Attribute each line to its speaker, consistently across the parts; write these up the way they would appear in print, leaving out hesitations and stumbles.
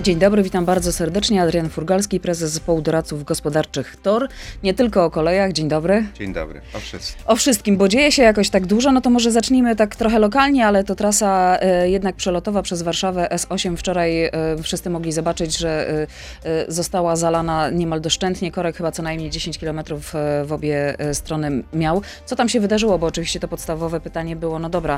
Speaker 1: Dzień dobry, witam bardzo serdecznie. Adrian Furgalski, prezes Zespołu Doradców Gospodarczych TOR. Nie tylko o kolejach, dzień dobry.
Speaker 2: Dzień dobry, o wszystkim.
Speaker 1: O wszystkim, bo dzieje się jakoś tak dużo, no to może zacznijmy tak trochę lokalnie, ale to trasa jednak przelotowa przez Warszawę S8. Wczoraj wszyscy mogli zobaczyć, że została zalana niemal doszczętnie. Korek chyba co najmniej 10 km w obie strony miał. Co tam się wydarzyło? Bo oczywiście to podstawowe pytanie było, no dobra,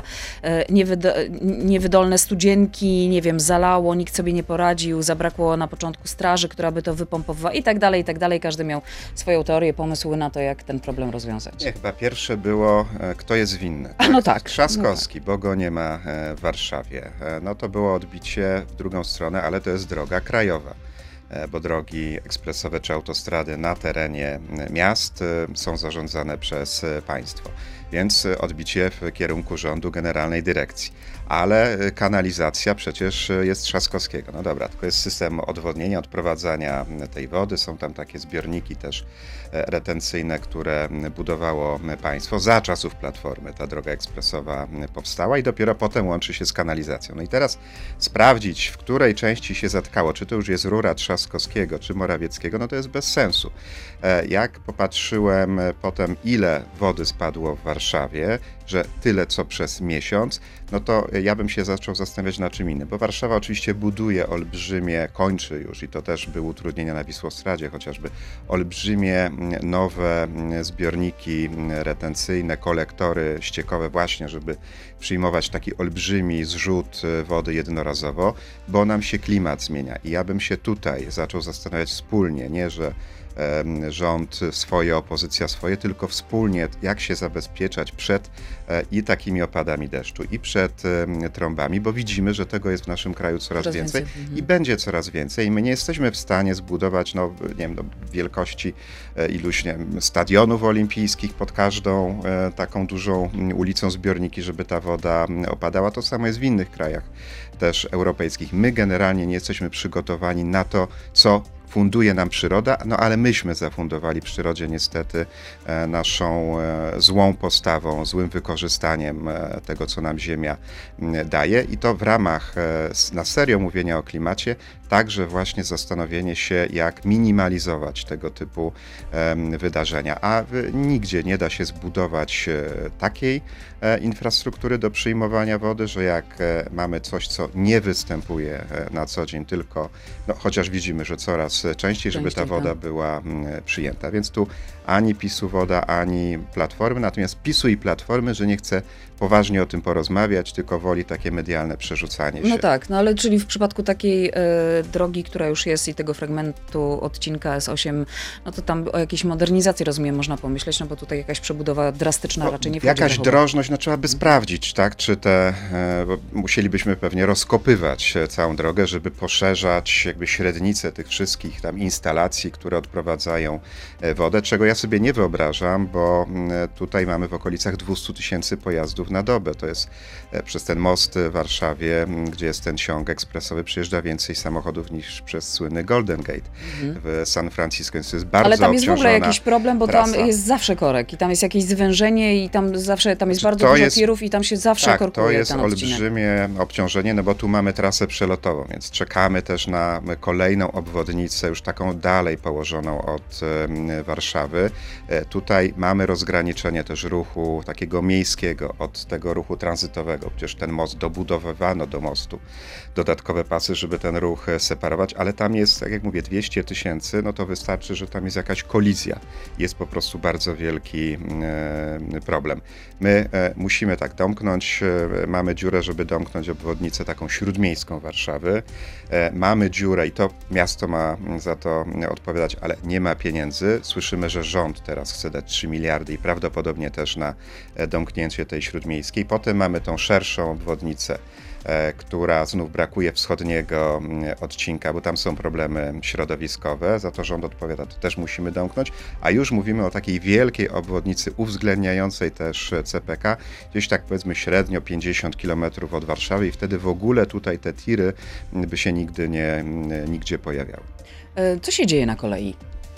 Speaker 1: niewydolne studzienki, nie wiem, zalało, nikt sobie nie poradził, zabrakło na początku straży, która by to wypompowała i tak dalej, i tak dalej. Każdy miał swoją teorię, pomysły na to, jak ten problem rozwiązać.
Speaker 2: Nie, chyba pierwsze było, kto jest winny.
Speaker 1: No tak.
Speaker 2: Trzaskowski,
Speaker 1: no tak.
Speaker 2: Bo go nie ma w Warszawie. No to było odbicie w drugą stronę, ale to jest droga krajowa, bo drogi ekspresowe czy autostrady na terenie miast są zarządzane przez państwo. Więc odbicie w kierunku rządu Generalnej Dyrekcji. Ale kanalizacja przecież jest Trzaskowskiego. No dobra, tylko jest system odwodnienia, odprowadzania tej wody. Są tam takie zbiorniki też retencyjne, które budowało państwo. Za czasów Platformy ta droga ekspresowa powstała i dopiero potem łączy się z kanalizacją. No i teraz sprawdzić, w której części się zatkało, czy to już jest rura Trzaskowskiego, czy Morawieckiego, no to jest bez sensu. Jak popatrzyłem potem, ile wody spadło w Warszawie, że tyle co przez miesiąc, no to ja bym się zaczął zastanawiać nad czym innym, bo Warszawa oczywiście buduje olbrzymie, kończy już i to też były utrudnienia na Wisłostradzie, chociażby olbrzymie nowe zbiorniki retencyjne, kolektory ściekowe właśnie, żeby przyjmować taki olbrzymi zrzut wody jednorazowo, bo nam się klimat zmienia i ja bym się tutaj zaczął zastanawiać wspólnie, nie że rząd swoje, opozycja swoje, tylko wspólnie jak się zabezpieczać przed i takimi opadami deszczu, i przed trąbami, bo widzimy, że tego jest w naszym kraju coraz więcej i będzie coraz więcej. I my nie jesteśmy w stanie zbudować wielkości iluś, stadionów olimpijskich pod każdą taką dużą ulicą zbiorniki, żeby ta woda opadała. To samo jest w innych krajach też europejskich. My generalnie nie jesteśmy przygotowani na to, co funduje nam przyroda, no ale myśmy zafundowali przyrodzie niestety naszą złą postawą, złym wykorzystaniem tego, co nam Ziemia daje i to w ramach na serio mówienia o klimacie, także właśnie zastanowienie się, jak minimalizować tego typu wydarzenia, a nigdzie nie da się zbudować takiej infrastruktury do przyjmowania wody, że jak mamy coś, co nie występuje na co dzień, tylko chociaż widzimy, że coraz częściej, żeby ta woda była przyjęta. Więc tu ani PiS-u woda, ani Platformy, natomiast PiS-u i Platformy, że nie chce poważnie o tym porozmawiać, tylko woli takie medialne przerzucanie się.
Speaker 1: No tak, no ale czyli w przypadku takiej drogi, która już jest i tego fragmentu odcinka S8, no to tam o jakiejś modernizacji, rozumiem, można pomyśleć, no bo tutaj jakaś przebudowa drastyczna raczej nie wchodzi.
Speaker 2: Jakaś drożność, trzeba by sprawdzić, tak, czy bo musielibyśmy pewnie rozkopywać całą drogę, żeby poszerzać jakby średnicę tych wszystkich tam instalacji, które odprowadzają wodę, czego ja sobie nie wyobrażam, bo tutaj mamy w okolicach 200 000 pojazdów na dobę. To jest przez ten most w Warszawie, gdzie jest ten ciąg ekspresowy, przyjeżdża więcej samochodów niż przez słynny Golden Gate w San Francisco, więc to jest bardzo
Speaker 1: ale tam jest w ogóle jakiś problem, bo
Speaker 2: trasa.
Speaker 1: Tam jest zawsze korek i tam jest jakieś zwężenie i tam zawsze jest bardzo dużo tirów i tam się zawsze korkuje.
Speaker 2: To jest
Speaker 1: ten odcinek.
Speaker 2: olbrzymie obciążenie, no bo tu mamy trasę przelotową, więc czekamy też na kolejną obwodnicę, już taką dalej położoną od Warszawy. Tutaj mamy rozgraniczenie też ruchu takiego miejskiego od tego ruchu tranzytowego. Przecież ten most dobudowywano do mostu dodatkowe pasy, żeby ten ruch separować, ale tam jest, tak jak mówię, 200 000, no to wystarczy, że tam jest jakaś kolizja. Jest po prostu bardzo wielki problem. My musimy tak domknąć, mamy dziurę, żeby domknąć obwodnicę taką śródmiejską Warszawy. Mamy dziurę i to miasto ma za to odpowiadać, ale nie ma pieniędzy. Słyszymy, że rząd teraz chce dać 3 miliardy i prawdopodobnie też na domknięcie tej śródmiejskiej. Potem mamy tą szerszą obwodnicę, która znów brakuje wschodniego odcinka, bo tam są problemy środowiskowe, za to rząd odpowiada, to też musimy domknąć, a już mówimy o takiej wielkiej obwodnicy uwzględniającej też CPK, gdzieś tak powiedzmy średnio 50 km od Warszawy i wtedy w ogóle tutaj te tiry by się nigdzie pojawiały.
Speaker 1: Co się dzieje na kolei?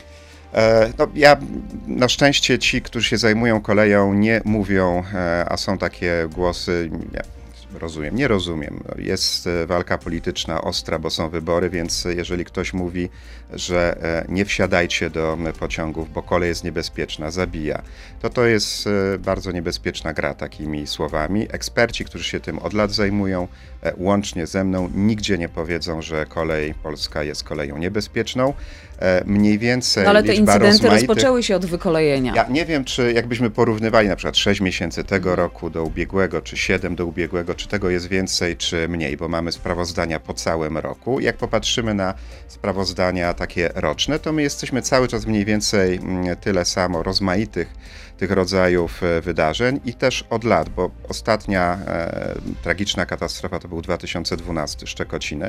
Speaker 2: Na szczęście ci, którzy się zajmują koleją, nie mówią, a są takie głosy, rozumiem, nie rozumiem. Jest walka polityczna ostra, bo są wybory, więc jeżeli ktoś mówi, że nie wsiadajcie do pociągów, bo kolej jest niebezpieczna, zabija, to jest bardzo niebezpieczna gra takimi słowami. Eksperci, którzy się tym od lat zajmują, łącznie ze mną, nigdzie nie powiedzą, że kolej polska jest koleją niebezpieczną. Mniej więcej
Speaker 1: no ale te
Speaker 2: liczba
Speaker 1: incydenty rozpoczęły się od wykolejenia.
Speaker 2: Ja nie wiem, czy jakbyśmy porównywali na przykład 6 miesięcy tego roku do ubiegłego, czy 7 do ubiegłego, czy tego jest więcej, czy mniej, bo mamy sprawozdania po całym roku. Jak popatrzymy na sprawozdania takie roczne, to my jesteśmy cały czas mniej więcej tyle samo rozmaitych tych rodzajów wydarzeń i też od lat, bo ostatnia tragiczna katastrofa to był 2012, Szczekociny.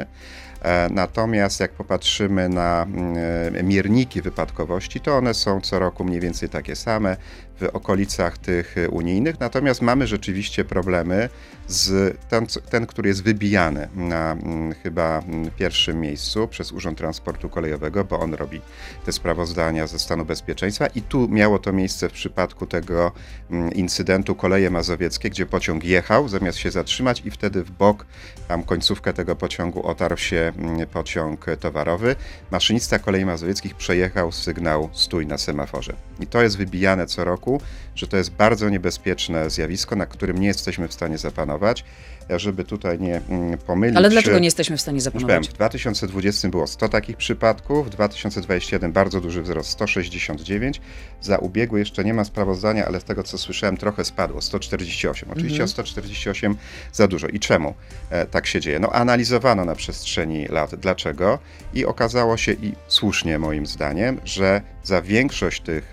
Speaker 2: Natomiast jak popatrzymy na mierniki wypadkowości, to one są co roku mniej więcej takie same w okolicach tych unijnych, natomiast mamy rzeczywiście problemy z ten, który jest wybijany na chyba pierwszym miejscu przez Urząd Transportu Kolejowego, bo on robi te sprawozdania ze stanu bezpieczeństwa i tu miało to miejsce w przypadku tego incydentu Koleje Mazowieckie, gdzie pociąg jechał zamiast się zatrzymać i wtedy w bok, tam końcówkę tego pociągu otarł się pociąg towarowy. Maszynista Kolei Mazowieckich przejechał sygnał stój na semaforze. I to jest wybijane co roku, że to jest bardzo niebezpieczne zjawisko, na którym nie jesteśmy w stanie zapanować. Żeby tutaj nie pomylić.
Speaker 1: Ale dlaczego nie jesteśmy w stanie zapanować?
Speaker 2: W 2020 było 100 takich przypadków, w 2021 bardzo duży wzrost, 169. Za ubiegły jeszcze nie ma sprawozdania, ale z tego co słyszałem trochę spadło, 148. Oczywiście o 148 za dużo. I czemu tak się dzieje? No analizowano na przestrzeni lat dlaczego i okazało się, i słusznie moim zdaniem, że za większość tych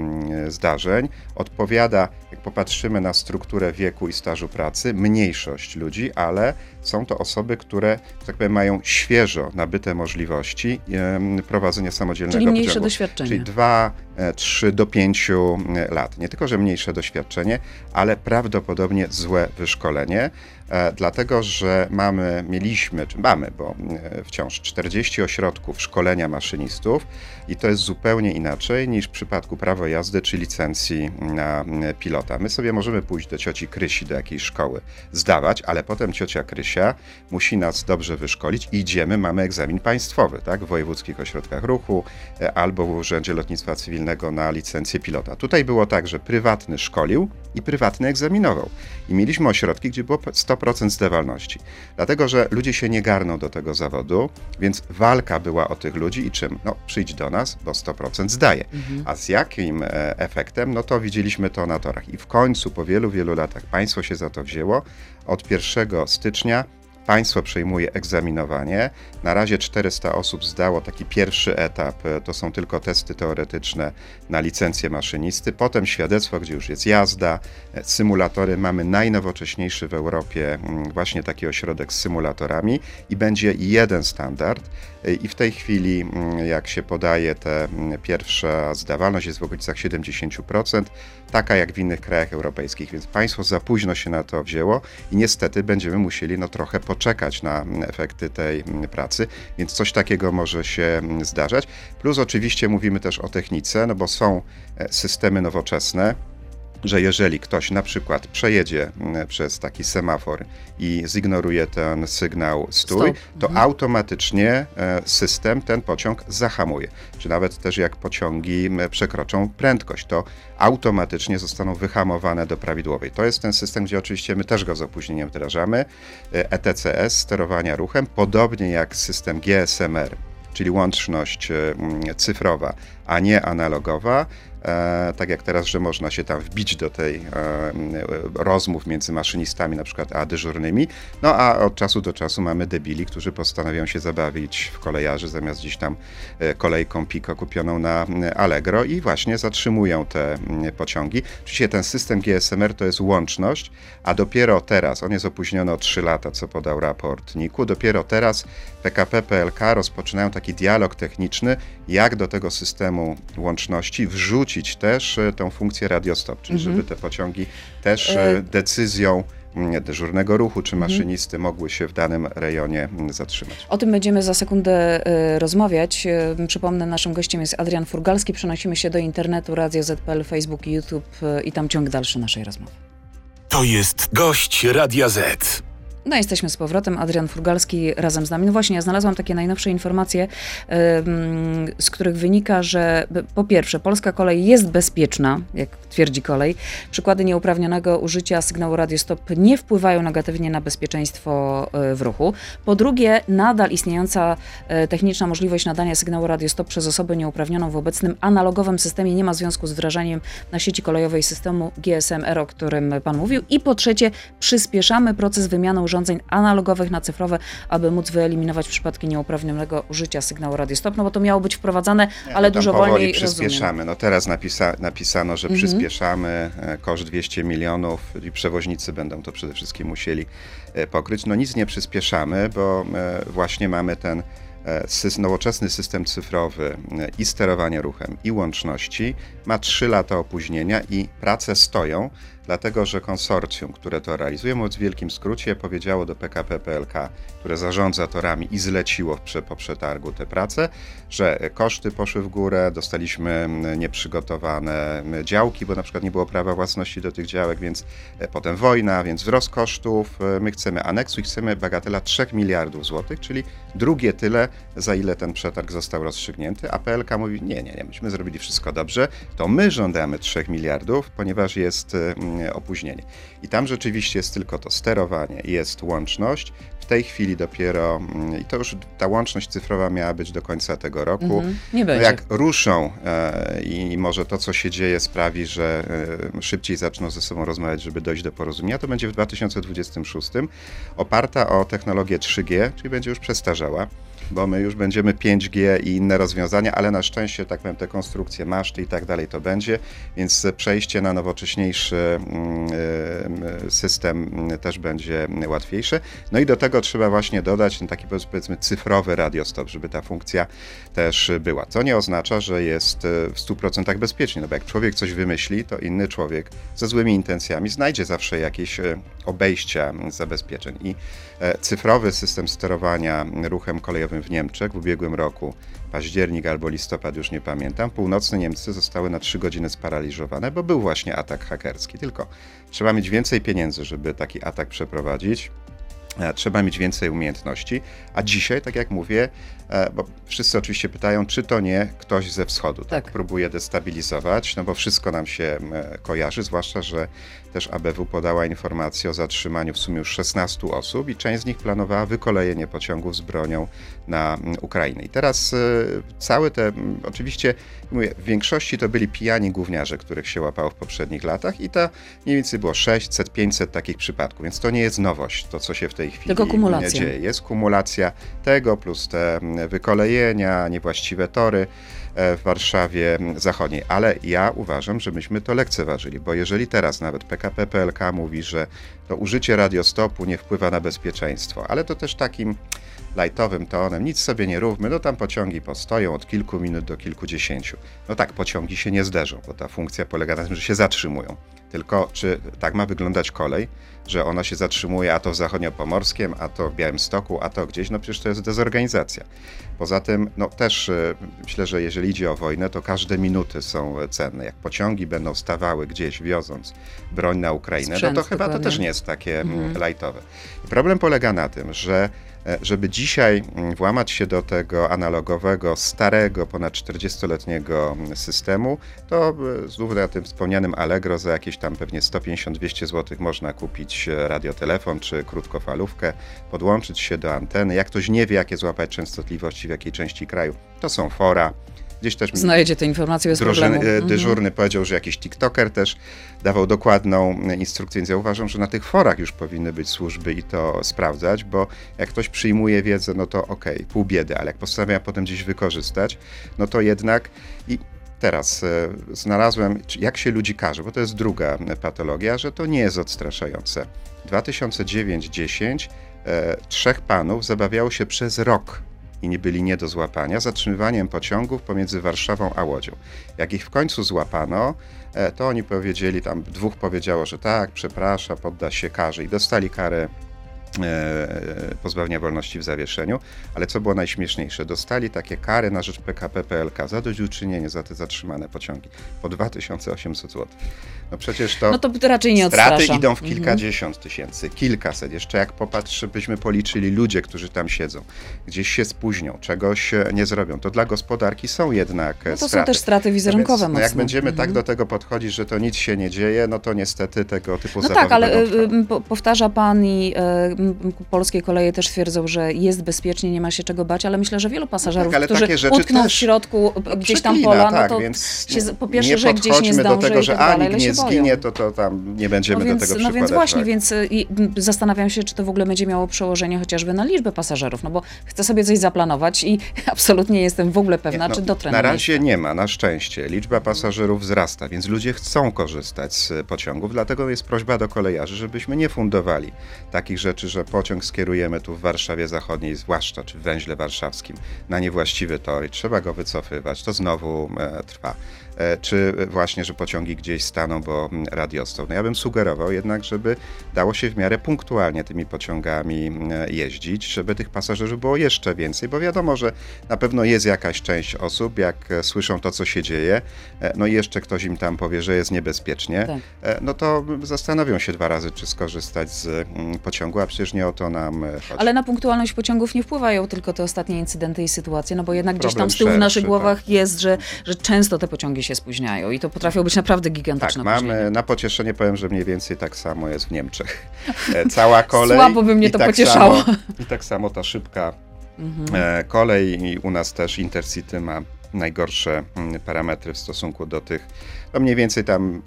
Speaker 2: zdarzeń odpowiada, jak popatrzymy na strukturę wieku i stażu pracy, mniejszość ludzi, ale są to osoby, które, że tak powiem, mają świeżo nabyte możliwości prowadzenia samodzielnego
Speaker 1: Czyli mniejsze
Speaker 2: pociągu.
Speaker 1: doświadczenie.
Speaker 2: Czyli 2, 3 do 5 lat. Nie tylko, że mniejsze doświadczenie, ale prawdopodobnie złe wyszkolenie, dlatego, że mieliśmy, bo wciąż 40 ośrodków szkolenia maszynistów i to jest zupełnie inaczej niż w przypadku prawa jazdy czy licencji na pilota. My sobie możemy pójść do cioci Krysi, do jakiejś szkoły, zdawać, ale potem ciocia Krysia musi nas dobrze wyszkolić i mamy egzamin państwowy, tak, w wojewódzkich ośrodkach ruchu albo w Urzędzie Lotnictwa Cywilnego na licencję pilota. Tutaj było tak, że prywatny szkolił i prywatny egzaminował. I mieliśmy ośrodki, gdzie było 100% zdawalności. Dlatego, że ludzie się nie garną do tego zawodu, więc walka była o tych ludzi i czym? No przyjdź do nas, bo 100% zdaje. A z jakim efektem? No to widzieliśmy to na torach. I w końcu po wielu, wielu latach państwo się za to wzięło. Od 1 stycznia państwo przejmuje egzaminowanie. Na razie 400 osób zdało taki pierwszy etap. To są tylko testy teoretyczne na licencję maszynisty. Potem świadectwo, gdzie już jest jazda, symulatory. Mamy najnowocześniejszy w Europie właśnie taki ośrodek z symulatorami i będzie jeden standard. I w tej chwili, jak się podaje, pierwsza zdawalność jest w okolicach 70%, taka jak w innych krajach europejskich, więc państwo za późno się na to wzięło i niestety będziemy musieli trochę poczekać na efekty tej pracy, więc coś takiego może się zdarzać. Plus oczywiście mówimy też o technice, bo są systemy nowoczesne, że jeżeli ktoś na przykład przejedzie przez taki semafor i zignoruje ten sygnał stój, to automatycznie system, ten pociąg zahamuje. Czy nawet też jak pociągi przekroczą prędkość, to automatycznie zostaną wyhamowane do prawidłowej. To jest ten system, gdzie oczywiście my też go z opóźnieniem wdrażamy. ETCS, sterowania ruchem, podobnie jak system GSMR, czyli łączność cyfrowa, a nie analogowa. Tak jak teraz, że można się tam wbić do tej rozmów między maszynistami na przykład a dyżurnymi, a od czasu do czasu mamy debili, którzy postanawiają się zabawić w kolejarzy zamiast gdzieś tam kolejką Pico kupioną na Allegro i właśnie zatrzymują te pociągi. Oczywiście ten system GSMR to jest łączność, a dopiero teraz, on jest opóźniony o 3 lata, co podał raport NIK-u, dopiero teraz PKP PLK rozpoczynają taki dialog techniczny, jak do tego systemu łączności wrzucić też tą funkcję radiostop, czyli żeby te pociągi też decyzją dyżurnego ruchu czy maszynisty mogły się w danym rejonie zatrzymać.
Speaker 1: O tym będziemy za sekundę rozmawiać. Przypomnę, naszym gościem jest Adrian Furgalski. Przenosimy się do internetu, Radio Z.pl, Facebook, YouTube i tam ciąg dalszy naszej rozmowy.
Speaker 3: To jest gość Radia Z.
Speaker 1: No jesteśmy z powrotem. Adrian Furgalski razem z nami. No właśnie, ja znalazłam takie najnowsze informacje, z których wynika, że po pierwsze, polska kolej jest bezpieczna, jak twierdzi kolej. Przykłady nieuprawnionego użycia sygnału Radio Stop nie wpływają negatywnie na bezpieczeństwo w ruchu. Po drugie, nadal istniejąca techniczna możliwość nadania sygnału Radio Stop przez osobę nieuprawnioną w obecnym analogowym systemie nie ma związku z wdrażaniem na sieci kolejowej systemu GSM-R, o którym pan mówił. I po trzecie, przyspieszamy proces wymiany urządzeń analogowych na cyfrowe, aby móc wyeliminować przypadki nieuprawnionego użycia sygnału Radio Stop, no bo to miało być wprowadzane, ale dużo wolniej,
Speaker 2: przyspieszamy. No teraz napisano, że przyspieszamy, koszt 200 milionów i przewoźnicy będą to przede wszystkim musieli pokryć. No nic nie przyspieszamy, bo właśnie mamy ten nowoczesny system cyfrowy i sterowania ruchem, i łączności ma 3 lata opóźnienia i prace stoją, dlatego że konsorcjum, które to realizuje, mówiąc w wielkim skrócie, powiedziało do PKP PLK, które zarządza torami i zleciło po przetargu te prace, że koszty poszły w górę, dostaliśmy nieprzygotowane działki, bo na przykład nie było prawa własności do tych działek, więc potem wojna, więc wzrost kosztów, my chcemy aneksu i chcemy bagatela 3 miliardów złotych, czyli drugie tyle, za ile ten przetarg został rozstrzygnięty, a PLK mówi, nie, myśmy zrobili wszystko dobrze, to my żądamy 3 miliardów, ponieważ jest opóźnienie. I tam rzeczywiście jest tylko to sterowanie, jest łączność. W tej chwili dopiero, i to już ta łączność cyfrowa miała być do końca tego roku.
Speaker 1: Nie będzie.
Speaker 2: Jak ruszą i może to, co się dzieje, sprawi, że szybciej zaczną ze sobą rozmawiać, żeby dojść do porozumienia, to będzie w 2026, oparta o technologię 3G, czyli będzie już przestarzała, bo my już będziemy 5G i inne rozwiązania, ale na szczęście, tak powiem, te konstrukcje, maszty i tak dalej to będzie, więc przejście na nowocześniejszy system też będzie łatwiejsze. No i do tego trzeba właśnie dodać ten taki, powiedzmy, cyfrowy radiostop, żeby ta funkcja też była. Co nie oznacza, że jest w 100% bezpiecznie, no bo jak człowiek coś wymyśli, to inny człowiek ze złymi intencjami znajdzie zawsze jakieś obejścia zabezpieczeń. I cyfrowy system sterowania ruchem kolejowym w Niemczech w ubiegłym roku, październik albo listopad, już nie pamiętam, północne Niemcy zostały na 3 godziny sparaliżowane, bo był właśnie atak hakerski. Tylko trzeba mieć więcej pieniędzy, żeby taki atak przeprowadzić. Trzeba mieć więcej umiejętności, a dzisiaj, tak jak mówię, bo wszyscy oczywiście pytają, czy to nie ktoś ze wschodu tak próbuje destabilizować, no bo wszystko nam się kojarzy, zwłaszcza, że też ABW podała informację o zatrzymaniu w sumie już 16 osób i część z nich planowała wykolejenie pociągów z bronią na Ukrainę. I teraz całe te, oczywiście mówię, w większości to byli pijani gówniarze, których się łapało w poprzednich latach i to mniej więcej było 600-500 takich przypadków, więc to nie jest nowość, to co się w tej chwili dzieje. Jest kumulacja tego plus te wykolejenia, niewłaściwe tory w Warszawie Zachodniej, ale ja uważam, że myśmy to lekceważyli, bo jeżeli teraz nawet PKP PLK mówi, że to użycie radiostopu nie wpływa na bezpieczeństwo, ale to też takim lajtowym tonem, nic sobie nie rówmy, no tam pociągi postoją od kilku minut do kilkudziesięciu. No tak, pociągi się nie zderzą, bo ta funkcja polega na tym, że się zatrzymują. Tylko czy tak ma wyglądać kolej, że ona się zatrzymuje a to w Zachodniopomorskiem, a to w Białymstoku, a to gdzieś, no przecież to jest dezorganizacja. Poza tym, no też myślę, że jeżeli idzie o wojnę, to każde minuty są cenne. Jak pociągi będą stawały gdzieś, wioząc broń na Ukrainę, no to chyba to też nie jest takie lajtowe. I problem polega na tym, że żeby dzisiaj włamać się do tego analogowego, starego, ponad 40-letniego systemu, to znów na tym wspomnianym Allegro za jakieś tam pewnie 150-200 zł można kupić radiotelefon czy krótkofalówkę, podłączyć się do anteny. Jak ktoś nie wie, jakie złapać częstotliwości w jakiej części kraju, to są fora. Gdzieś też
Speaker 1: znajdzie tę informację bez problemu.
Speaker 2: Dyżurny powiedział, że jakiś TikToker też dawał dokładną instrukcję, więc ja uważam, że na tych forach już powinny być służby i to sprawdzać, bo jak ktoś przyjmuje wiedzę, no to okej, pół biedy, ale jak postanawia potem gdzieś wykorzystać, no to jednak i teraz znalazłem, jak się ludzi karze, bo to jest druga patologia, że to nie jest odstraszające. 2009-10 3 panów zabawiało się przez rok i nie byli nie do złapania, zatrzymywaniem pociągów pomiędzy Warszawą a Łodzią. Jak ich w końcu złapano, to oni powiedzieli, tam 2 powiedziało, że tak, przeprasza, podda się karze i dostali karę pozbawienia wolności w zawieszeniu, ale co było najśmieszniejsze, dostali takie kary na rzecz PKP PLK, zadośćuczynienie za te zatrzymane pociągi po 2800 zł. No przecież to,
Speaker 1: No to raczej nie
Speaker 2: straty
Speaker 1: odstrasza.
Speaker 2: idą w kilkadziesiąt tysięcy, kilkaset. Jeszcze jak byśmy policzyli ludzie, którzy tam siedzą, gdzieś się spóźnią, czegoś nie zrobią, to dla gospodarki są jednak
Speaker 1: No to
Speaker 2: straty.
Speaker 1: są też straty wizerunkowe
Speaker 2: Więc,
Speaker 1: mocne.
Speaker 2: jak będziemy tak do tego podchodzić, że to nic się nie dzieje, no to niestety tego typu
Speaker 1: No
Speaker 2: zabawy
Speaker 1: tak, ale
Speaker 2: będą trwały.
Speaker 1: powtarza pan i polskie koleje też twierdzą, że jest bezpiecznie, nie ma się czego bać, ale myślę, że wielu pasażerów,
Speaker 2: ale
Speaker 1: którzy
Speaker 2: takie rzeczy
Speaker 1: utkną w
Speaker 2: też
Speaker 1: środku gdzieś tam
Speaker 2: przeklina,
Speaker 1: pola,
Speaker 2: tak,
Speaker 1: no to
Speaker 2: więc
Speaker 1: się, po pierwsze,
Speaker 2: nie
Speaker 1: że gdzieś nie
Speaker 2: podchodźmy
Speaker 1: zdąży
Speaker 2: do tego,
Speaker 1: i
Speaker 2: że
Speaker 1: tak dalej,
Speaker 2: nikt
Speaker 1: ale
Speaker 2: nie
Speaker 1: się boją.
Speaker 2: zginie, to tam nie będziemy do tego przykładać.
Speaker 1: No więc właśnie,
Speaker 2: wagi.
Speaker 1: więc zastanawiam się, czy to w ogóle będzie miało przełożenie chociażby na liczbę pasażerów, no bo chcę sobie coś zaplanować i absolutnie nie jestem w ogóle pewna,
Speaker 2: Nie,
Speaker 1: czy dotrę
Speaker 2: na
Speaker 1: na
Speaker 2: razie nie ma, na szczęście. Liczba pasażerów wzrasta, więc ludzie chcą korzystać z pociągów, dlatego jest prośba do kolejarzy, żebyśmy nie fundowali takich rzeczy, że pociąg skierujemy tu w Warszawie Zachodniej, zwłaszcza czy w węźle warszawskim, na niewłaściwy tor i trzeba go wycofywać, to znowu trwa. Czy właśnie, że pociągi gdzieś staną, bo radiostał. No ja bym sugerował jednak, żeby dało się w miarę punktualnie tymi pociągami jeździć, żeby tych pasażerów było jeszcze więcej, bo wiadomo, że na pewno jest jakaś część osób, jak słyszą to, co się dzieje, no i jeszcze ktoś im tam powie, że jest niebezpiecznie, no to zastanowią się 2 razy, czy skorzystać z pociągu, a przecież nie o to nam chodzi.
Speaker 1: Ale na punktualność pociągów nie wpływają tylko te ostatnie incydenty i sytuacje, no bo jednak gdzieś
Speaker 2: Problem
Speaker 1: tam z tyłu w naszych
Speaker 2: szerszy,
Speaker 1: głowach
Speaker 2: tak.
Speaker 1: jest, że często te pociągi się spóźniają i to potrafią być naprawdę gigantyczne
Speaker 2: Tak,
Speaker 1: opóźnienia.
Speaker 2: mamy, na pocieszenie powiem, że mniej więcej tak samo jest w Niemczech. Cała kolej.
Speaker 1: Słabo by mnie
Speaker 2: i
Speaker 1: to
Speaker 2: tak
Speaker 1: pocieszało.
Speaker 2: I tak samo ta szybka kolej i u nas też Intercity ma najgorsze parametry w stosunku do tych, no mniej więcej tam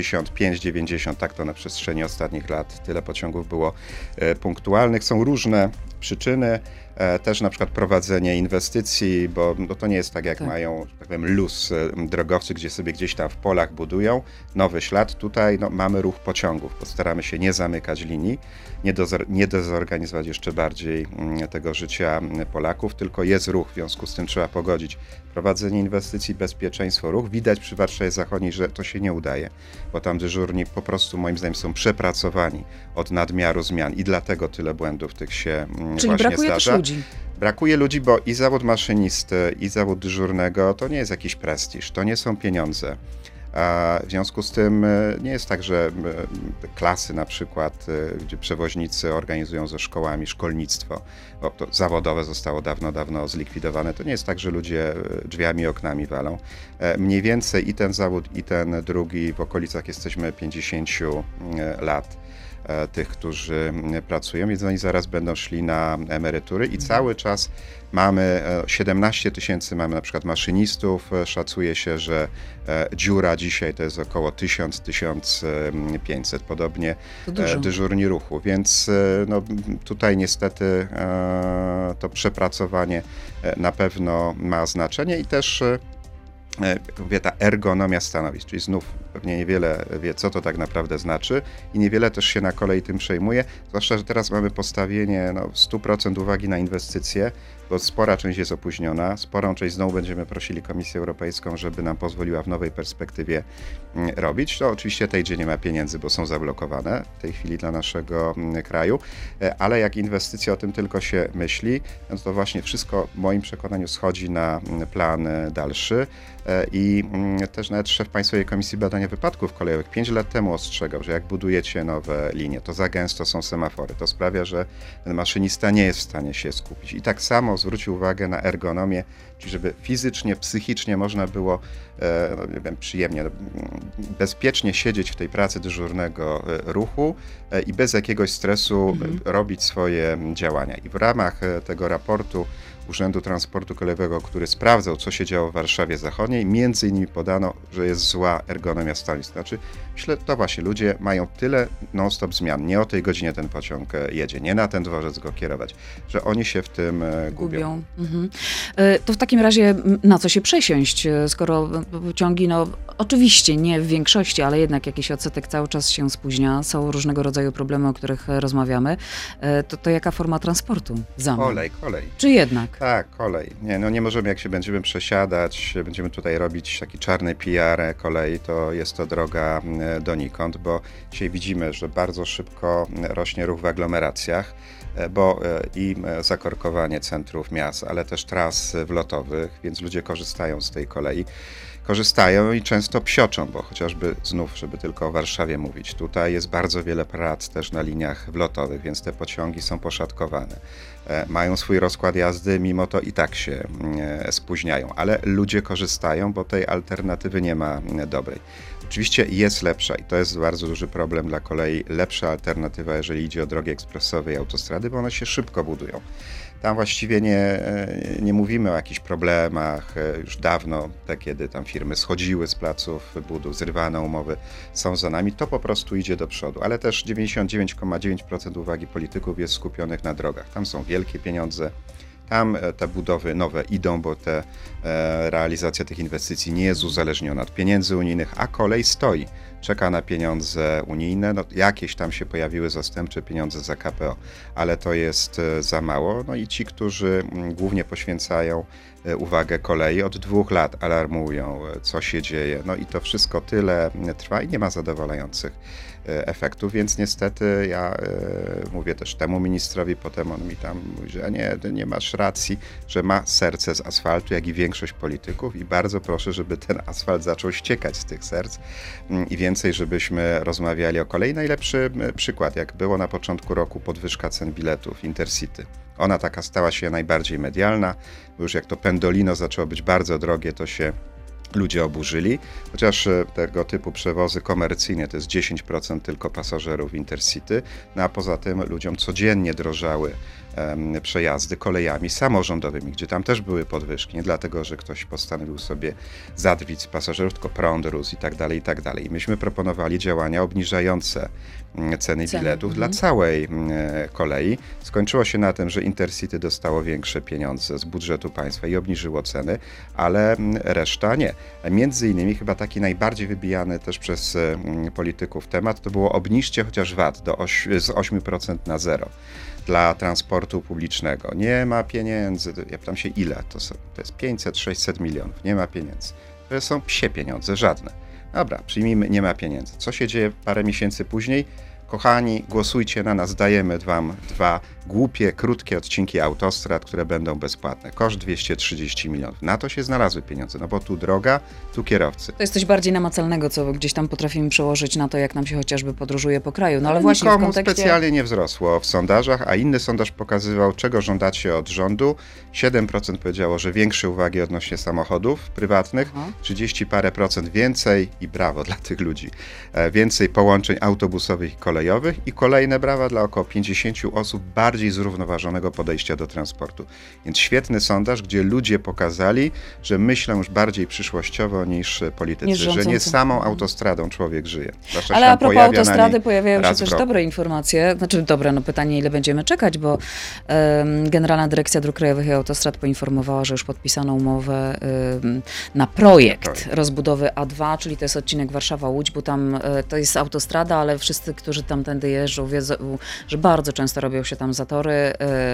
Speaker 2: 85-90, tak to na przestrzeni ostatnich lat tyle pociągów było punktualnych. Są różne przyczyny, też na przykład prowadzenie inwestycji, bo no to nie jest tak jak mają, tak powiem, luz drogowcy, gdzie sobie gdzieś tam w polach budują nowy ślad. Tutaj no, mamy ruch pociągów, postaramy się nie zamykać linii, nie dezorganizować jeszcze bardziej tego życia Polaków, tylko jest ruch, w związku z tym trzeba pogodzić prowadzenie inwestycji, bezpieczeństwo, ruch. Widać przy Warszawie Zachodniej, że to się nie udaje, bo tam dyżurni po prostu moim zdaniem są przepracowani od nadmiaru zmian i dlatego tyle błędów tych się
Speaker 1: Czyli
Speaker 2: właśnie
Speaker 1: brakuje
Speaker 2: zdarza.
Speaker 1: też ludzi.
Speaker 2: Brakuje ludzi, bo i zawód maszynisty, i zawód dyżurnego to nie jest jakiś prestiż, to nie są pieniądze. A w związku z tym nie jest tak, że klasy na przykład, gdzie przewoźnicy organizują ze szkołami szkolnictwo, bo to zawodowe zostało dawno zlikwidowane, to nie jest tak, że ludzie drzwiami i oknami walą. Mniej więcej i ten zawód, i ten drugi w okolicach jesteśmy 50 lat. Tych, którzy pracują, więc oni zaraz będą szli na emerytury i cały czas mamy 17 000 mamy na przykład maszynistów, szacuje się, że dziura dzisiaj to jest około 1000-1500, podobnie dyżurni ruchu, więc no, tutaj niestety to przepracowanie na pewno ma znaczenie i też jak mówię, ta ergonomia stanowisk, czyli znów pewnie niewiele wie, co to tak naprawdę znaczy i niewiele też się na kolei tym przejmuje, zwłaszcza, że teraz mamy postawienie 100% uwagi na inwestycje, bo spora część jest opóźniona, sporą część znowu będziemy prosili Komisję Europejską, żeby nam pozwoliła w nowej perspektywie robić. To oczywiście tej, gdzie nie ma pieniędzy, bo są zablokowane w tej chwili dla naszego kraju, ale jak inwestycja o tym tylko się myśli, no to właśnie wszystko w moim przekonaniu schodzi na plan dalszy i też nawet szef Państwowej Komisji Badania Wypadków Kolejowych 5 lat temu ostrzegał, że jak budujecie nowe linie, to za gęsto są semafory. To sprawia, że ten maszynista nie jest w stanie się skupić. I tak samo zwrócił uwagę na ergonomię, czyli żeby fizycznie, psychicznie można było nie wiem, przyjemnie, bezpiecznie siedzieć w tej pracy dyżurnego ruchu i bez jakiegoś stresu robić swoje działania. I w ramach tego raportu Urzędu Transportu Kolejowego, który sprawdzał, co się działo w Warszawie Zachodniej, między innymi podano, że jest zła ergonomia stanowisk. Znaczy, myślę, to właśnie ludzie mają tyle non-stop zmian, nie o tej godzinie ten pociąg jedzie, nie na ten dworzec go kierować, że oni się w tym gubią.
Speaker 1: To w takim razie na co się przesiąść, skoro pociągi, no oczywiście nie w większości, ale jednak jakiś odsetek cały czas się spóźnia, są różnego rodzaju problemy, o których rozmawiamy, to jaka forma transportu w zamian?
Speaker 2: Kolej.
Speaker 1: Czy jednak?
Speaker 2: Tak, kolej. Nie możemy, jak się będziemy przesiadać, będziemy tutaj robić taki czarny PR kolei, to jest to droga donikąd, bo dzisiaj widzimy, że bardzo szybko rośnie ruch w aglomeracjach, bo i zakorkowanie centrów miast, ale też tras wlotowych, więc ludzie korzystają z tej kolei. Korzystają i często psioczą, bo chociażby znów, żeby tylko o Warszawie mówić, tutaj jest bardzo wiele prac też na liniach wlotowych, więc te pociągi są poszatkowane. Mają swój rozkład jazdy, mimo to i tak się spóźniają, ale ludzie korzystają, bo tej alternatywy nie ma dobrej. Oczywiście jest lepsza i to jest bardzo duży problem dla kolei, lepsza alternatywa, jeżeli idzie o drogi ekspresowe i autostrady, bo one się szybko budują. Tam właściwie nie mówimy o jakichś problemach, już dawno, kiedy tam firmy schodziły z placów budów, zrywane umowy są za nami, to po prostu idzie do przodu, ale też 99,9% uwagi polityków jest skupionych na drogach. Tam są wielkie pieniądze. Tam te budowy nowe idą, bo realizacja tych inwestycji nie jest uzależniona od pieniędzy unijnych, a kolej stoi. Czeka na pieniądze unijne, jakieś tam się pojawiły zastępcze pieniądze za KPO, ale to jest za mało. No i ci, którzy głównie poświęcają uwagę kolei, od 2 lat alarmują, co się dzieje. No i to wszystko tyle trwa i nie ma zadowalających efektów, więc niestety ja mówię też temu ministrowi, potem on mi tam mówi, że nie masz racji, że ma serce z asfaltu, jak i większość polityków i bardzo proszę, żeby ten asfalt zaczął ściekać z tych serc i więcej, żebyśmy rozmawiali o kolei. Najlepszy przykład, jak było na początku roku podwyżka cen biletów Intercity. Ona taka stała się najbardziej medialna, bo już jak to Pendolino zaczęło być bardzo drogie, to się ludzie oburzyli, chociaż tego typu przewozy komercyjne to jest 10% tylko pasażerów Intercity, no a poza tym ludziom codziennie drożały przejazdy kolejami samorządowymi, gdzie tam też były podwyżki, nie dlatego, że ktoś postanowił sobie zadrwić z pasażerów, tylko prąd rósł i tak dalej, i tak dalej. I myśmy proponowali działania obniżające ceny biletów dla całej kolei. Skończyło się na tym, że Intercity dostało większe pieniądze z budżetu państwa i obniżyło ceny, ale reszta nie. Między innymi chyba taki najbardziej wybijany też przez polityków temat to było obniżcie chociaż VAT z 8% na 0 dla transportu publicznego. Nie ma pieniędzy, ja pytam się ile, to jest 500-600 milionów, nie ma pieniędzy. To są psie pieniądze, żadne. Dobra, przyjmijmy, nie ma pieniędzy. Co się dzieje parę miesięcy później? Kochani, głosujcie na nas, dajemy wam 2 głupie, krótkie odcinki autostrad, które będą bezpłatne. Koszt 230 milionów. Na to się znalazły pieniądze, no bo tu droga, tu kierowcy.
Speaker 1: To jest coś bardziej namacalnego, co gdzieś tam potrafimy przełożyć na to, jak nam się chociażby podróżuje po kraju. No ale właśnie
Speaker 2: nikomu
Speaker 1: w kontekście...
Speaker 2: specjalnie nie wzrosło w sondażach, a inny sondaż pokazywał, czego żądacie od rządu. 7% powiedziało, że większe uwagi odnośnie samochodów prywatnych, 30 parę procent więcej i brawo dla tych ludzi. Więcej połączeń autobusowych i kolejowych i kolejne brawa dla około 50 osób bardziej zrównoważonego podejścia do transportu. Więc świetny sondaż, gdzie ludzie pokazali, że myślą już bardziej przyszłościowo niż politycy, że nie samą autostradą człowiek żyje. Zwłaszcza
Speaker 1: ale a propos autostrady pojawiają się też
Speaker 2: dobre
Speaker 1: dobre informacje, znaczy dobre, no pytanie ile będziemy czekać, bo Generalna Dyrekcja Dróg Krajowych i Autostrad poinformowała, że już podpisano umowę na projekt rozbudowy A2, czyli to jest odcinek Warszawa-Łódź, bo tam to jest autostrada, ale wszyscy, którzy tamtędy jeżdżą, wiedzą, że bardzo często robią się tam zatory,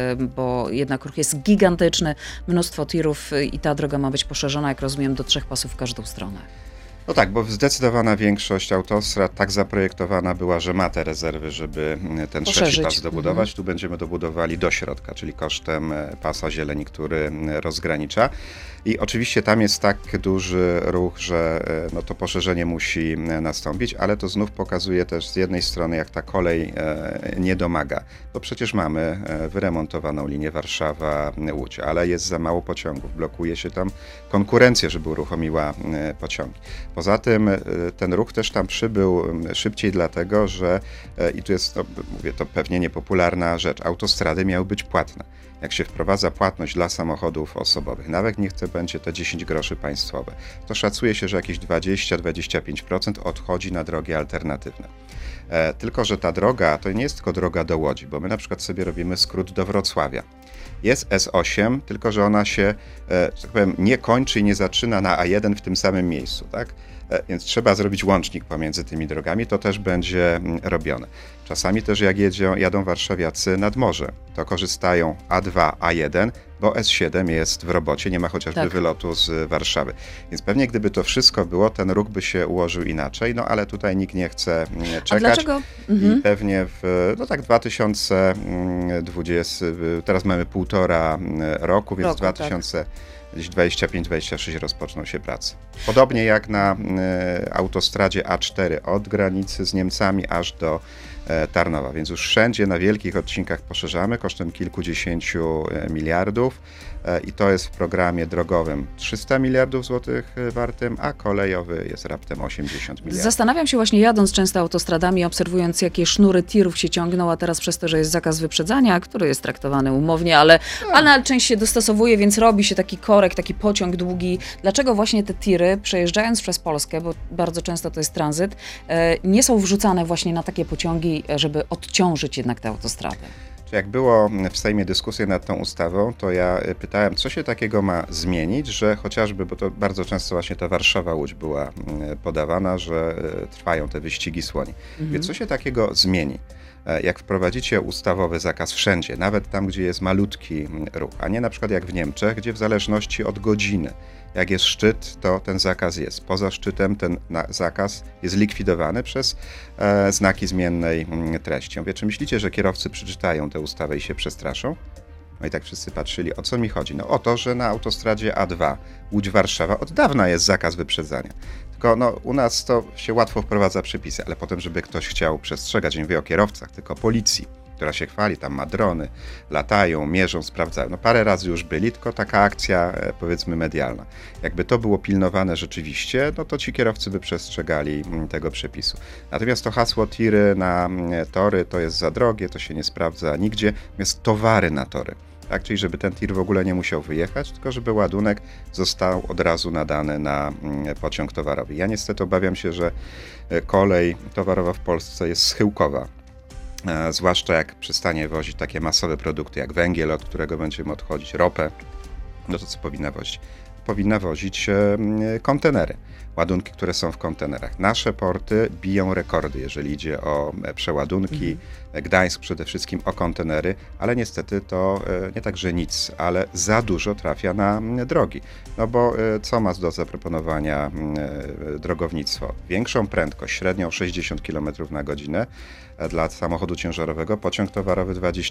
Speaker 1: bo jednak ruch jest gigantyczny, mnóstwo tirów i ta droga ma być poszerzona, jak rozumiem, do 3 pasów w każdą stronę.
Speaker 2: No tak, bo zdecydowana większość autostrad tak zaprojektowana była, że ma te rezerwy, żeby ten trzeci pas dobudować. Tu będziemy dobudowali do środka, czyli kosztem pasa zieleni, który rozgranicza. I oczywiście tam jest tak duży ruch, że no to poszerzenie musi nastąpić, ale to znów pokazuje też z jednej strony, jak ta kolej nie domaga. Bo przecież mamy wyremontowaną linię Warszawa-Łódź, ale jest za mało pociągów. Blokuje się tam konkurencję, żeby uruchomiła pociągi. Poza tym ten ruch też tam przybył szybciej dlatego, że i tu jest, no, mówię, to pewnie niepopularna rzecz, autostrady miały być płatne. Jak się wprowadza płatność dla samochodów osobowych, nawet niech to będzie te 10 groszy państwowe, to szacuje się, że jakieś 20-25% odchodzi na drogi alternatywne. Tylko że ta droga to nie jest tylko droga do Łodzi, bo my na przykład sobie robimy skrót do Wrocławia. Jest S8, tylko że ona się, że tak powiem, nie kończy i nie zaczyna na A1 w tym samym miejscu, tak? Więc trzeba zrobić łącznik pomiędzy tymi drogami, to też będzie robione. Czasami też jak jadą warszawiacy nad morze, to korzystają A2, A1, bo S7 jest w robocie, nie ma chociażby wylotu z Warszawy. Więc pewnie gdyby to wszystko było, ten ruch by się ułożył inaczej, no ale tutaj nikt nie chce czekać.
Speaker 1: A dlaczego?
Speaker 2: I pewnie w 2020, teraz mamy 1,5 roku, więc w 2025-26 rozpoczną się prace. Podobnie jak na autostradzie A4 od granicy z Niemcami aż do Tarnowa, więc już wszędzie na wielkich odcinkach poszerzamy kosztem kilkudziesięciu miliardów i to jest w programie drogowym 300 miliardów złotych wartym, a kolejowy jest raptem 80 miliardów.
Speaker 1: Zastanawiam się właśnie jadąc często autostradami, obserwując jakie sznury tirów się ciągną, a teraz przez to, że jest zakaz wyprzedzania, który jest traktowany umownie, ale część się dostosowuje, więc robi się taki korek, taki pociąg długi. Dlaczego właśnie te tiry, przejeżdżając przez Polskę, bo bardzo często to jest tranzyt, nie są wrzucane właśnie na takie pociągi, żeby odciążyć jednak te autostrady?
Speaker 2: Jak było w Sejmie dyskusja nad tą ustawą, to ja pytałem, co się takiego ma zmienić, że chociażby, bo to bardzo często właśnie ta Warszawa-Łódź była podawana, że trwają te wyścigi słoni. Więc co się takiego zmieni? Jak wprowadzicie ustawowy zakaz wszędzie, nawet tam, gdzie jest malutki ruch, a nie na przykład jak w Niemczech, gdzie w zależności od godziny, jak jest szczyt, to ten zakaz jest. Poza szczytem ten zakaz jest likwidowany przez znaki zmiennej treści. Mówię, czy myślicie, że kierowcy przeczytają tę ustawę i się przestraszą? No i tak wszyscy patrzyli, o co mi chodzi? No o to, że na autostradzie A2 Łódź-Warszawa od dawna jest zakaz wyprzedzania. Tylko u nas to się łatwo wprowadza przepisy, ale potem, żeby ktoś chciał przestrzegać, nie mówię o kierowcach, tylko o policji, która się chwali, tam ma drony, latają, mierzą, sprawdzają. No parę razy już byli, tylko taka akcja, powiedzmy, medialna. Jakby to było pilnowane rzeczywiście, no to ci kierowcy by przestrzegali tego przepisu. Natomiast to hasło tiry na tory to jest za drogie, to się nie sprawdza nigdzie, natomiast towary na tory. Tak, czyli żeby ten tir w ogóle nie musiał wyjechać, tylko żeby ładunek został od razu nadany na pociąg towarowy. Ja niestety obawiam się, że kolej towarowa w Polsce jest schyłkowa. Zwłaszcza jak przestanie wozić takie masowe produkty jak węgiel, od którego będziemy odchodzić, ropę, no to co powinna wozić? Powinna wozić kontenery, ładunki, które są w kontenerach. Nasze porty biją rekordy, jeżeli idzie o przeładunki. Gdańsk przede wszystkim o kontenery, ale niestety to nie tak, że nic, ale za dużo trafia na drogi. No bo co ma do zaproponowania drogownictwo? Większą prędkość, średnią 60 km na godzinę dla samochodu ciężarowego, pociąg towarowy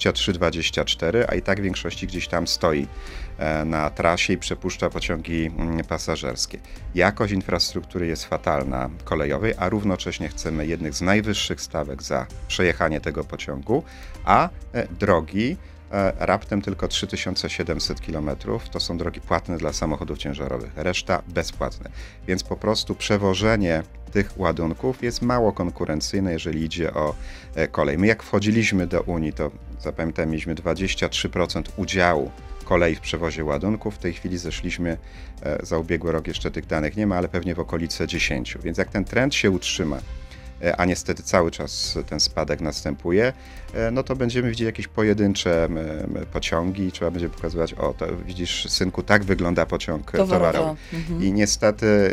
Speaker 2: 23-24, a i tak w większości gdzieś tam stoi na trasie i przepuszcza pociągi pasażerskie. Jakość infrastruktury jest fatalna kolejowej, a równocześnie chcemy jednych z najwyższych stawek za przejechanie tego pociągu, a drogi raptem tylko 3700 km to są drogi płatne dla samochodów ciężarowych, reszta bezpłatne. Więc po prostu przewożenie tych ładunków jest mało konkurencyjne, jeżeli idzie o kolej. My jak wchodziliśmy do Unii, to zapamiętam, mieliśmy 23% udziału kolei w przewozie ładunków. W tej chwili zeszliśmy za ubiegły rok, jeszcze tych danych nie ma, ale pewnie w okolice 10. Więc jak ten trend się utrzyma, a niestety cały czas ten spadek następuje, no to będziemy widzieć jakieś pojedyncze pociągi i trzeba będzie pokazywać, o, to widzisz, synku, tak wygląda pociąg towarowy. I niestety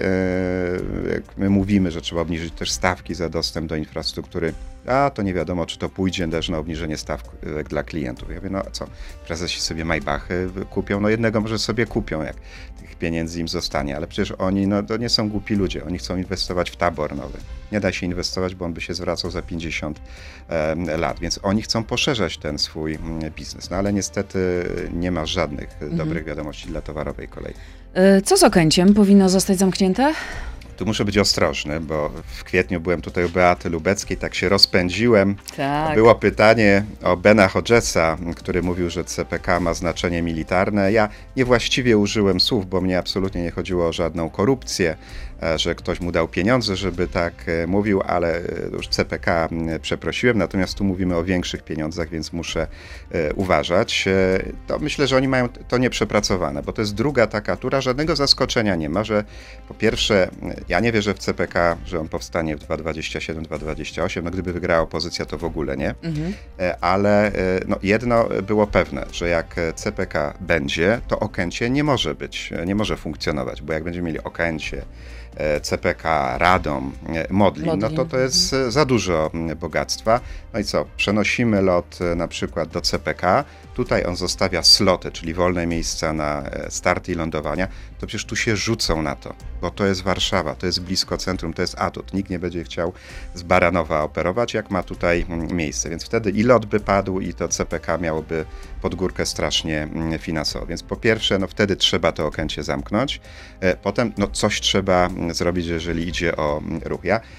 Speaker 2: jak my mówimy, że trzeba obniżyć też stawki za dostęp do infrastruktury, a to nie wiadomo, czy to pójdzie też na obniżenie stawek dla klientów. Ja mówię, no co, prezesi sobie Maybachy kupią, no jednego może sobie kupią, jak tych pieniędzy im zostanie, ale przecież oni, no to nie są głupi ludzie, oni chcą inwestować w tabor nowy. Nie da się inwestować, bo on by się zwracał za 50 lat, więc oni chcą poszerzać ten swój biznes, no ale niestety nie ma żadnych dobrych wiadomości dla towarowej kolei.
Speaker 1: Co z Okęciem? Powinno zostać zamknięte?
Speaker 2: Tu muszę być ostrożny, bo w kwietniu byłem tutaj u Beaty Lubeckiej, tak się rozpędziłem.
Speaker 1: Tak.
Speaker 2: Było pytanie o Bena Hodgesa, który mówił, że CPK ma znaczenie militarne. Ja niewłaściwie użyłem słów, bo mnie absolutnie nie chodziło o żadną korupcję, że ktoś mu dał pieniądze, żeby tak mówił, ale już CPK przeprosiłem, natomiast tu mówimy o większych pieniądzach, więc muszę uważać. To myślę, że oni mają to nieprzepracowane, bo to jest druga taka tura, żadnego zaskoczenia nie ma, że po pierwsze Ja nie wierzę w CPK, że on powstanie w 2027, 2028. No gdyby wygrała opozycja, to w ogóle nie. Ale no, jedno było pewne, że jak CPK będzie, to Okęcie nie może funkcjonować, bo jak będziemy mieli Okęcie, CPK, Radom, Modlin, no to jest za dużo bogactwa. No i co? Przenosimy lot na przykład do CPK, tutaj on zostawia sloty, czyli wolne miejsca na starty i lądowania, to przecież tu się rzucą na to, bo to jest Warszawa, to jest blisko centrum, to jest atut. Nikt nie będzie chciał z Baranowa operować, jak ma tutaj miejsce, więc wtedy i lot by padł, i to CPK miałoby pod górkę strasznie finansowo. Więc po pierwsze, no wtedy trzeba to Okęcie zamknąć, potem no coś trzeba zrobić, jeżeli idzie o ruch.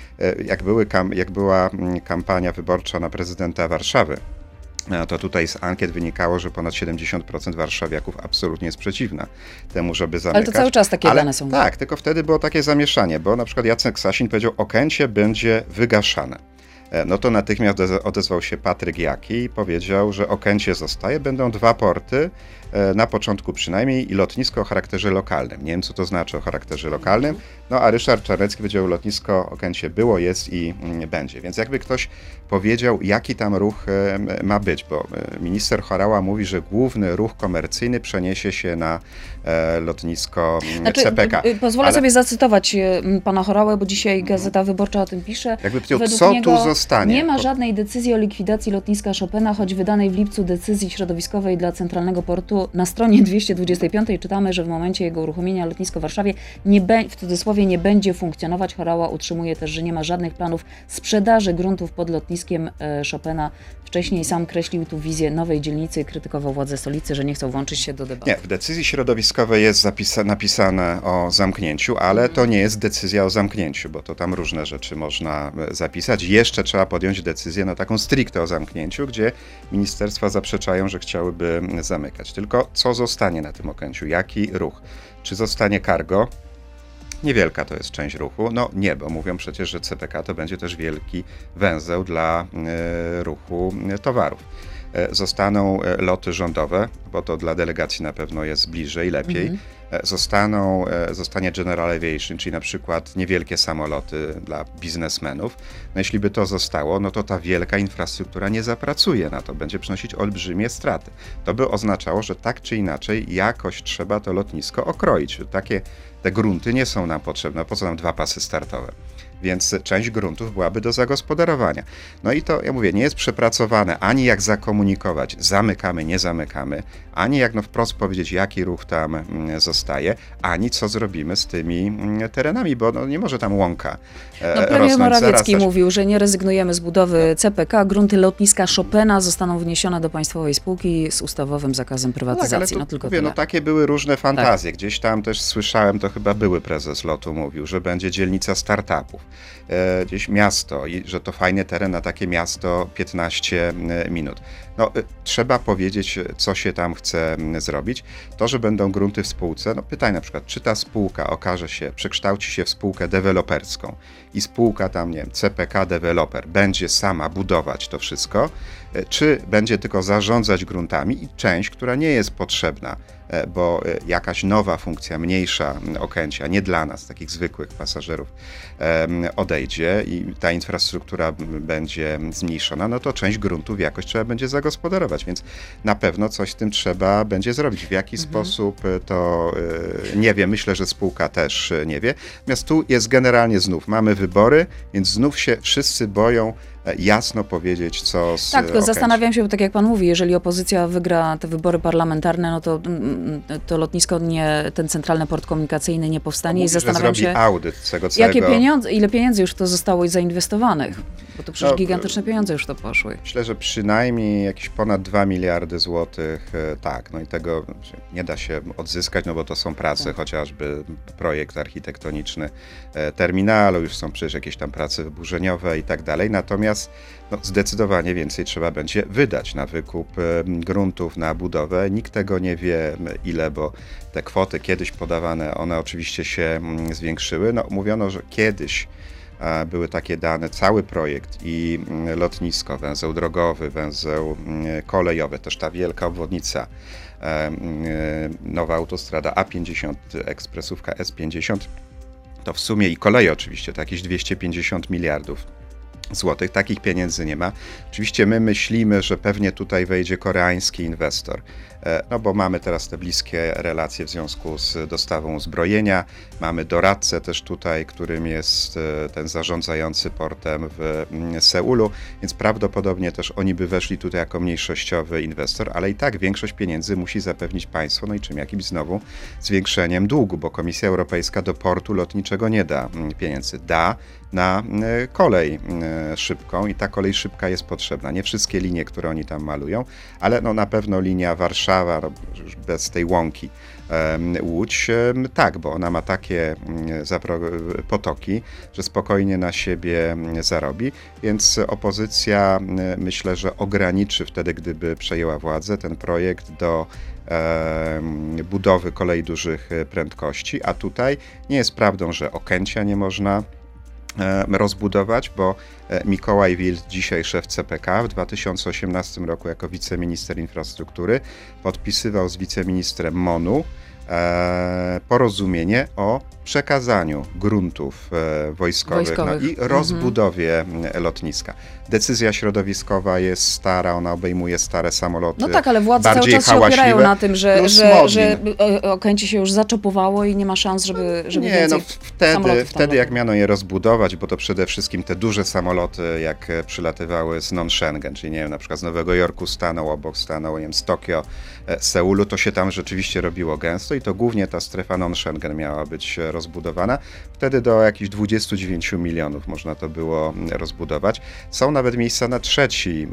Speaker 2: Jak była kampania wyborcza na prezydenta Warszawy, to tutaj z ankiet wynikało, że ponad 70% warszawiaków absolutnie jest przeciwna temu, żeby zamykać.
Speaker 1: Ale to cały czas takie dane są.
Speaker 2: Tak, tylko wtedy było takie zamieszanie, bo na przykład Jacek Sasin powiedział, Okęcie będzie wygaszane. No to natychmiast odezwał się Patryk Jaki i powiedział, że Okęcie zostaje, będą 2 porty, na początku przynajmniej, i lotnisko o charakterze lokalnym. Nie wiem, co to znaczy o charakterze lokalnym, no a Ryszard Czarnecki powiedział, lotnisko Okęcie było, jest i będzie. Więc jakby ktoś powiedział, jaki tam ruch ma być, bo minister Horała mówi, że główny ruch komercyjny przeniesie się na lotnisko CPK.
Speaker 1: Pozwolę sobie zacytować pana Horałę, bo dzisiaj Gazeta Wyborcza o tym pisze.
Speaker 2: Jakby powiedział, co tu zostanie?
Speaker 1: Nie ma żadnej decyzji o likwidacji lotniska Chopina, choć wydanej w lipcu decyzji środowiskowej dla Centralnego Portu na stronie 225 czytamy, że w momencie jego uruchomienia lotnisko w Warszawie w cudzysłowie nie będzie funkcjonować. Horała utrzymuje też, że nie ma żadnych planów sprzedaży gruntów pod lotniskiem Chopina. Wcześniej sam kreślił tu wizję nowej dzielnicy i krytykował władze stolicy, że nie chcą włączyć się do debaty.
Speaker 2: Nie, w decyzji środowiskowej jest napisane o zamknięciu, ale to nie jest decyzja o zamknięciu, bo to tam różne rzeczy można zapisać. Jeszcze trzeba podjąć decyzję na taką stricte o zamknięciu, gdzie ministerstwa zaprzeczają, że chciałyby zamykać. Tylko co zostanie na tym Okęciu? Jaki ruch? Czy zostanie cargo? Niewielka to jest część ruchu. No nie, bo mówią przecież, że CPK to będzie też wielki węzeł dla ruchu towarów. Zostaną loty rządowe, bo to dla delegacji na pewno jest bliżej, lepiej. Zostanie General Aviation, czyli na przykład niewielkie samoloty dla biznesmenów. No jeśli by to zostało, no to ta wielka infrastruktura nie zapracuje na to, będzie przynosić olbrzymie straty. To by oznaczało, że tak czy inaczej jakoś trzeba to lotnisko okroić. Te grunty nie są nam potrzebne, po co nam 2 pasy startowe? Więc część gruntów byłaby do zagospodarowania. No i to, ja mówię, nie jest przepracowane ani jak zakomunikować, zamykamy, nie zamykamy, ani jak wprost powiedzieć, jaki ruch tam zostaje, ani co zrobimy z tymi terenami, bo nie może tam łąka
Speaker 1: premier Morawiecki mówił, że nie rezygnujemy z budowy CPK, grunty lotniska Chopina zostaną wniesione do państwowej spółki z ustawowym zakazem prywatyzacji.
Speaker 2: Tak, ale takie były różne fantazje. Tak. Gdzieś tam też słyszałem, to chyba były prezes LOT-u mówił, że będzie dzielnica startupów. Gdzieś miasto i że to fajny teren na takie miasto 15 minut. No, trzeba powiedzieć, co się tam chce zrobić. To, że będą grunty w spółce, no pytaj na przykład, czy ta spółka przekształci się w spółkę deweloperską i spółka tam, nie wiem, CPK Developer będzie sama budować to wszystko, czy będzie tylko zarządzać gruntami i część, która nie jest potrzebna, bo jakaś nowa funkcja, mniejsza Okęcia, nie dla nas, takich zwykłych pasażerów, odejdzie i ta infrastruktura będzie zmniejszona, no to część gruntów jakoś trzeba będzie zagospodarować, więc na pewno coś z tym trzeba będzie zrobić. W jaki sposób to nie wiem, myślę, że spółka też nie wie. Natomiast tu jest generalnie znów, mamy wybory, więc znów się wszyscy boją jasno powiedzieć, co z
Speaker 1: Tak, tylko zastanawiam się, bo tak jak pan mówi, jeżeli opozycja wygra te wybory parlamentarne, no to lotnisko ten centralny port komunikacyjny nie powstanie.
Speaker 2: Mówi,
Speaker 1: i zastanawiam się,
Speaker 2: audyt tego całego...
Speaker 1: ile pieniędzy już to zostało zainwestowanych, bo to przecież gigantyczne pieniądze już to poszły.
Speaker 2: Myślę, że przynajmniej jakieś ponad 2 miliardy złotych, tak, no i tego nie da się odzyskać, no bo to są prace, chociażby projekt architektoniczny terminalu, już są przecież jakieś tam prace wyburzeniowe i tak dalej, natomiast zdecydowanie więcej trzeba będzie wydać na wykup gruntów, na budowę. Nikt tego nie wie ile, bo te kwoty kiedyś podawane, one oczywiście się zwiększyły. No, mówiono, że kiedyś były takie dane, cały projekt i lotnisko, węzeł drogowy, węzeł kolejowy, też ta wielka obwodnica, nowa autostrada A50, ekspresówka S50, to w sumie i koleje oczywiście to jakieś 250 miliardów złotych. Takich pieniędzy nie ma. Oczywiście my myślimy, że pewnie tutaj wejdzie koreański inwestor, no bo mamy teraz te bliskie relacje w związku z dostawą uzbrojenia. Mamy doradcę też tutaj, którym jest ten zarządzający portem w Seulu, więc prawdopodobnie też oni by weszli tutaj jako mniejszościowy inwestor, ale i tak większość pieniędzy musi zapewnić państwo, no i czym jakimś znowu zwiększeniem długu, bo Komisja Europejska do portu lotniczego nie da pieniędzy. Da na kolej szybką i ta kolej szybka jest potrzebna. Nie wszystkie linie, które oni tam malują, ale no na pewno linia Warszawa, no już bez tej łąki Łódź, tak, bo ona ma takie potoki, że spokojnie na siebie zarobi, więc opozycja myślę, że ograniczy wtedy, gdyby przejęła władzę, ten projekt do budowy kolei dużych prędkości, a tutaj nie jest prawdą, że Okęcia nie można rozbudować, bo Mikołaj Wild, dzisiaj szef CPK, w 2018 roku jako wiceminister infrastruktury podpisywał z wiceministrem MON-u porozumienie o przekazaniu gruntów wojskowych. No i rozbudowie lotniska. Decyzja środowiskowa jest stara, ona obejmuje stare samoloty.
Speaker 1: No tak, ale władze cały czas się opierają na tym, że Okęcie się już zaczopowało i nie ma szans, żeby
Speaker 2: nie,
Speaker 1: więcej
Speaker 2: wtedy jak miano je rozbudować, bo to przede wszystkim te duże samoloty, jak przylatywały z non-Schengen, czyli nie wiem, na przykład z Nowego Jorku stanął, nie wiem, z Tokio, Seulu, to się tam rzeczywiście robiło gęsto i to głównie ta strefa non-Schengen miała być rozbudowana. Wtedy do jakichś 29 milionów można to było rozbudować. Są nawet miejsca na trzeci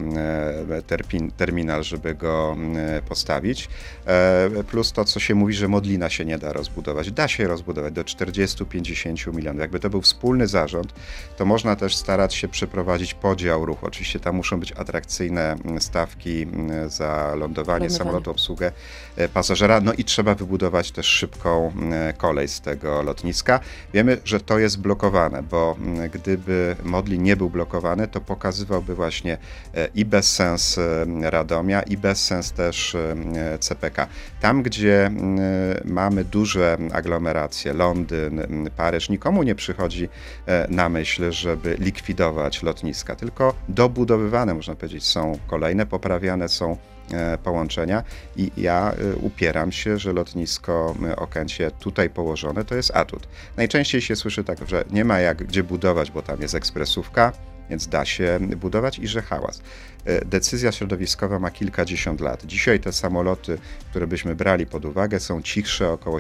Speaker 2: terminal, żeby go postawić. Plus to, co się mówi, że Modlina się nie da rozbudować. Da się rozbudować do 40-50 milionów. Jakby to był wspólny zarząd, to można też starać się przeprowadzić podział ruchu. Oczywiście tam muszą być atrakcyjne stawki za lądowanie samolotu, obsługę pasażera. No i trzeba wybudować też szybką kolej z tego lotniska. Wiemy, że to jest blokowane, bo gdyby Modlin nie był blokowany, to pokazywałby właśnie i bezsens Radomia, i bezsens też CPK. Tam, gdzie mamy duże aglomeracje, Londyn, Paryż, nikomu nie przychodzi na myśl, żeby likwidować lotniska, tylko dobudowywane, można powiedzieć, są kolejne, poprawiane są połączenia i ja upieram się, że lotnisko Okęcie tutaj położone to jest atut. Najczęściej się słyszy tak, że nie ma jak gdzie budować, bo tam jest ekspresówka, więc da się budować i że hałas. Decyzja środowiskowa ma kilkadziesiąt lat. Dzisiaj te samoloty, które byśmy brali pod uwagę, są cichsze, około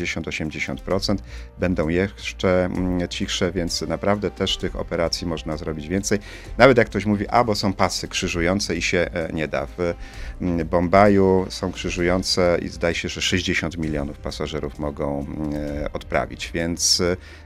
Speaker 2: 70-80%. Będą jeszcze cichsze, więc naprawdę też tych operacji można zrobić więcej. Nawet jak ktoś mówi, bo są pasy krzyżujące i się nie da. W Bombaju są krzyżujące i zdaje się, że 60 milionów pasażerów mogą odprawić, więc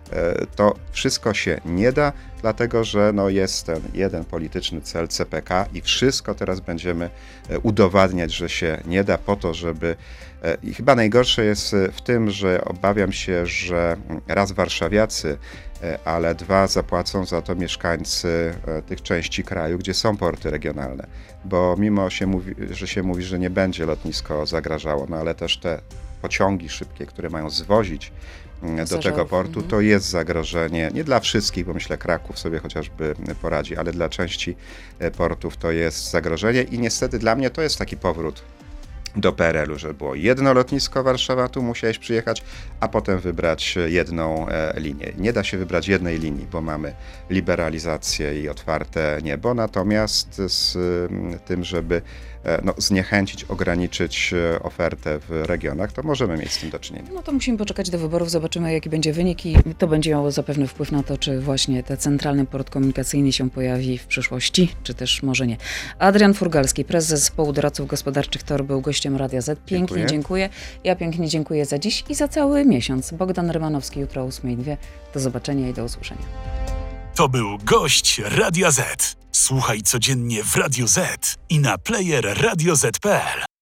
Speaker 2: to wszystko się nie da, dlatego że jest ten jeden polityczny cel CPK i wszystko teraz będziemy udowadniać, że się nie da po to, żeby... I chyba najgorsze jest w tym, że obawiam się, że raz warszawiacy, ale dwa zapłacą za to mieszkańcy tych części kraju, gdzie są porty regionalne. Bo mimo że się mówi, że nie będzie lotnisko zagrażało, ale też te pociągi szybkie, które mają zwozić do tego portu, to jest zagrożenie, nie dla wszystkich, bo myślę Kraków sobie chociażby poradzi, ale dla części portów to jest zagrożenie i niestety dla mnie to jest taki powrót do PRL-u, że było jedno lotnisko Warszawa, tu musiałeś przyjechać, a potem wybrać jedną linię. Nie da się wybrać jednej linii, bo mamy liberalizację i otwarte niebo, natomiast z tym, żeby zniechęcić, ograniczyć ofertę w regionach, to możemy mieć z tym do czynienia.
Speaker 1: No to musimy poczekać do wyborów, zobaczymy jaki będzie wynik i to będzie miało zapewne wpływ na to, czy właśnie ten centralny port komunikacyjny się pojawi w przyszłości, czy też może nie. Adrian Furgalski, prezes Zespołu Doradców Gospodarczych TOR, był gościem Radia Z. Pięknie dziękuję. Ja pięknie dziękuję za dziś i za cały miesiąc. Bogdan Rymanowski jutro o 8:02. Do zobaczenia i do usłyszenia.
Speaker 3: To był gość Radia Z. Słuchaj codziennie w Radio Z i na player radioz.pl.